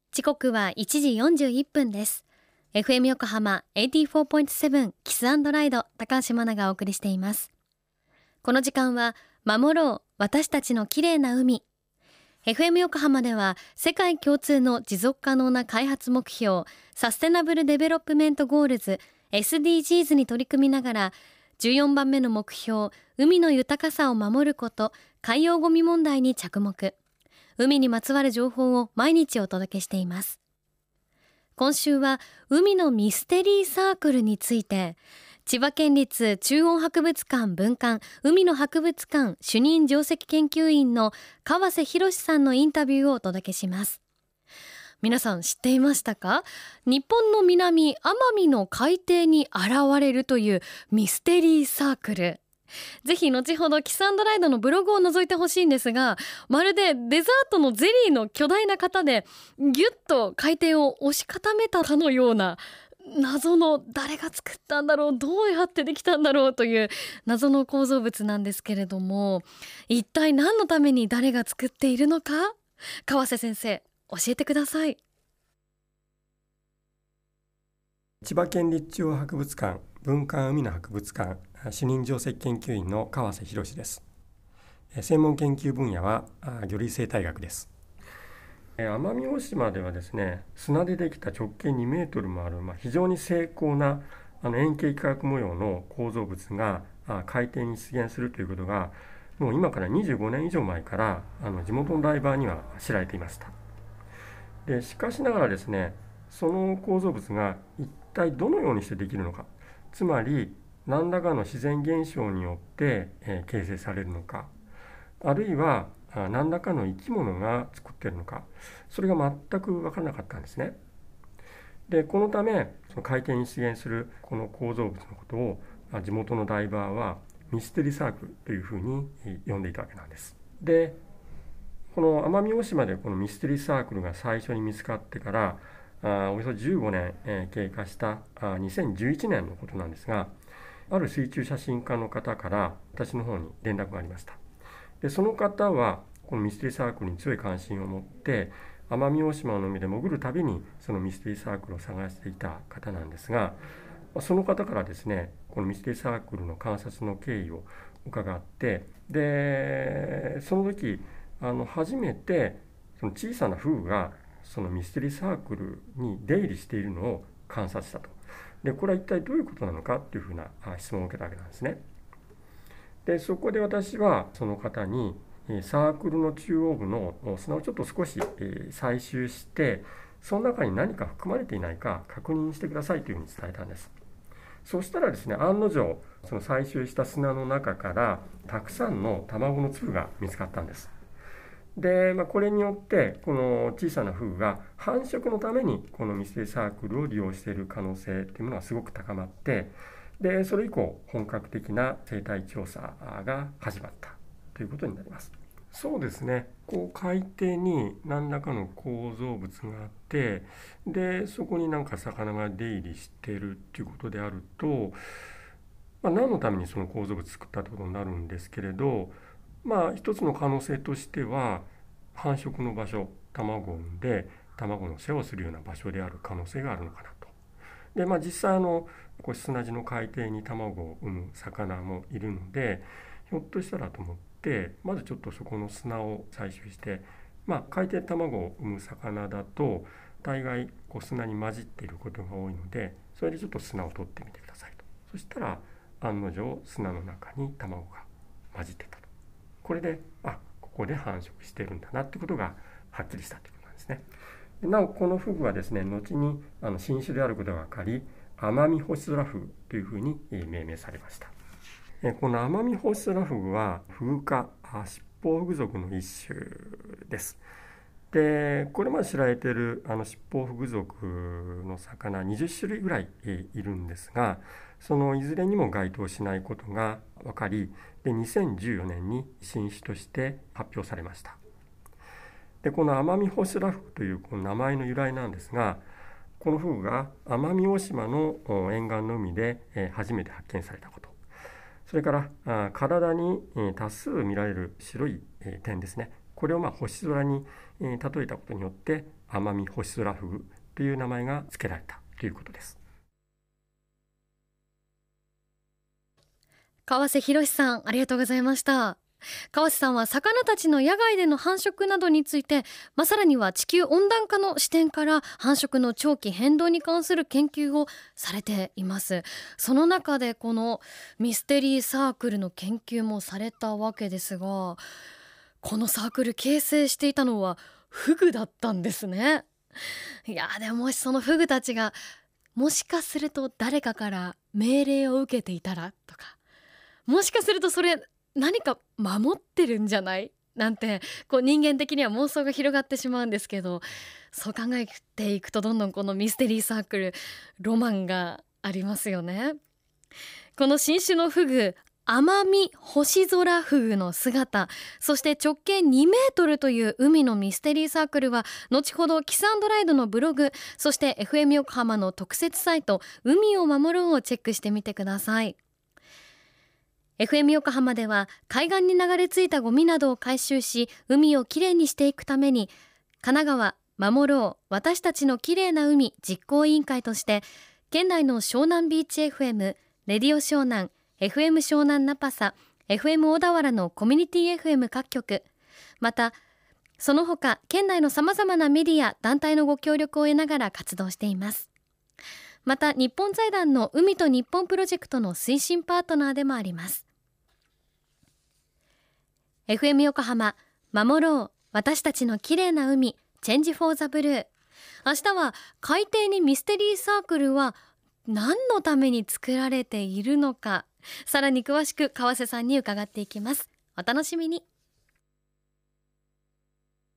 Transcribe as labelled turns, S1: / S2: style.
S1: 時刻は1時41分です。 FM 横浜 84.7 キス&ライド、高橋真奈がお送りしています。この時間は守ろう私たちの綺麗な海。 FM 横浜では世界共通の持続可能な開発目標サステナブルデベロップメントゴールズ SDGs に取り組みながら、14番目の目標海の豊かさを守ること、海洋ゴミ問題に着目。海にまつわる情報を毎日お届けしています。今週は海のミステリーサークルについて、千葉県立中央博物館分館海の博物館主任上席研究員の川瀬博さんのインタビューをお届けします。皆さん知っていましたか？日本の南奄美の海底に現れるというミステリーサークル。ぜひ後ほどキス&ライドのブログを覗いてほしいんですが、まるでデザートのゼリーの巨大な型でギュッと海底を押し固めたかのような、謎の誰が作ったんだろう、どうやってできたんだろうという謎の構造物なんですけれども、一体何のために誰が作っているのか、川瀬先生教えてください。
S2: 千葉県立中央博物館分館海の博物館主任上席研究員の川瀬博です。専門研究分野は魚類生態学です。奄美大島ではですね、砂でできた直径2メートルもある、非常に精巧な円形幾何模様の構造物が海底に出現するということが、もう今から25年以上前から地元のダイバーには知られていました。でしかしながらですね、その構造物が一体どのようにしてできるのか、つまり何らかの自然現象によって形成されるのか、あるいは何らかの生き物が作っているのか、それが全く分からなかったんですね。でこのためその海底に出現するこの構造物のことを地元のダイバーはミステリーサークルというふうに呼んでいたわけなんです。でこの奄美大島でこのミステリーサークルが最初に見つかってからおよそ15年経過した2011年のことなんですが、ある水中写真家の方から私の方に連絡がありました。でその方はこのミステリーサークルに強い関心を持って、奄美大島の海で潜るたびにそのミステリーサークルを探していた方なんですが、その方からですね、このミステリーサークルの観察の経緯を伺って、でその時初めてその小さなフグがそのミステリーサークルに出入りしているのを観察したと。でこれは一体どういうことなのかというふうな質問を受けたわけなんですね。でそこで私はその方にサークルの中央部の砂をちょっと少し採集して、その中に何か含まれていないか確認してくださいというふうに伝えたんです。そしたらですね、案の定その採集した砂の中からたくさんの卵の粒が見つかったんです。で、これによってこの小さなフグが繁殖のためにこのミステリーサークルを利用している可能性というものがすごく高まって、でそれ以降本格的な生態調査が始まったということになります。そうですね、こう海底に何らかの構造物があって、でそこになんか魚が出入りしているということであると、何のためにその構造物を作ったということになるんですけれど、一つの可能性としては繁殖の場所、卵を産んで卵の世話をするような場所である可能性があるのかなと。で実際砂地の海底に卵を産む魚もいるので、ひょっとしたらと思ってまずちょっとそこの砂を採集して、海底卵を産む魚だと大概砂に混じっていることが多いので、それでちょっと砂を取ってみてくださいと。そしたら案の定砂の中に卵が混じってたと。これでここで繁殖してるんだなってことがはっきりしたということなんですね。なおこのフグはですね、後に新種であることが分かり、アマミホシゾラフグというふうに命名されました。このアマミホシゾラフグはフグ科七宝フグ属の一種です。でこれまで知られている七宝フグ属の魚20種類ぐらいいるんですが、そのいずれにも該当しないことが分かり、で2014年に新種として発表されました。でこのアマミホシゾラフグというこの名前の由来なんですが、このフグが奄美大島の沿岸の海で初めて発見されたこと、それから体に多数見られる白い点ですね、これを星空に例えたことによってアマミホシゾラフグという名前が付けられたということです。
S1: 川瀬博さん、ありがとうございました。川瀬さんは魚たちの野外での繁殖などについて、さらには地球温暖化の視点から繁殖の長期変動に関する研究をされています。その中でこのミステリーサークルの研究もされたわけですが、このサークル形成していたのはフグだったんですね。いやでも、もしそのフグたちがもしかすると誰かから命令を受けていたらとか、もしかするとそれ何か守ってるんじゃないなんて、人間的には妄想が広がってしまうんですけど、そう考えていくとどんどんこのミステリーサークルロマンがありますよね。この新種のフグ、アマミホシゾラフグの姿、そして直径2メートルという海のミステリーサークルは後ほどキス&ライドのブログ、そして FM 横浜の特設サイト海を守ろうをチェックしてみてください。FM 横浜では海岸に流れ着いたゴミなどを回収し、海をきれいにしていくために、神奈川守ろう私たちのきれいな海実行委員会として、県内の湘南ビーチ FM、レディオ湘南、FM 湘南ナパサ、FM 小田原のコミュニティ FM 各局、またその他県内のさまざまなメディア団体のご協力を得ながら活動しています。また日本財団の海と日本プロジェクトの推進パートナーでもあります。FM 横浜守ろう私たちのきれいな海、チェンジフォーザブルー。明日は海底にミステリーサークルは何のために作られているのか、さらに詳しく川瀬さんに伺っていきます。お楽しみに。